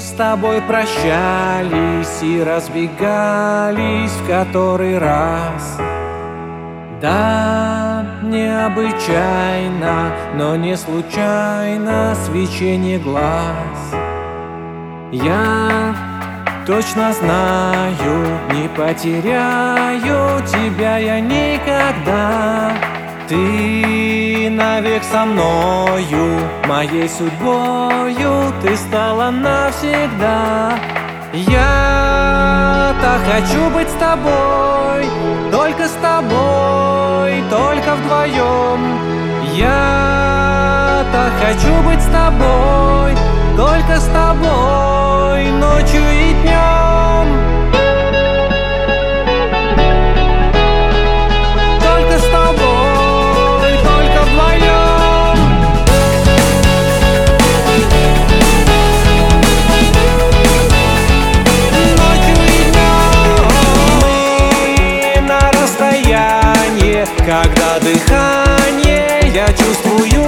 с тобой прощались и разбегались в который раз. Да, необычайно, но не случайно свечение глаз. Я точно знаю, не потеряю тебя я никогда. Ты навек со мною, моей судьбою ты стала навсегда. Я так хочу быть с тобой, только с тобой, только вдвоем. Я так хочу быть с тобой, только с тобой, ночью и днем. Только с тобой, только вдвоем. Ночью и днем. Мы на расстоянии, когда дыхание я чувствую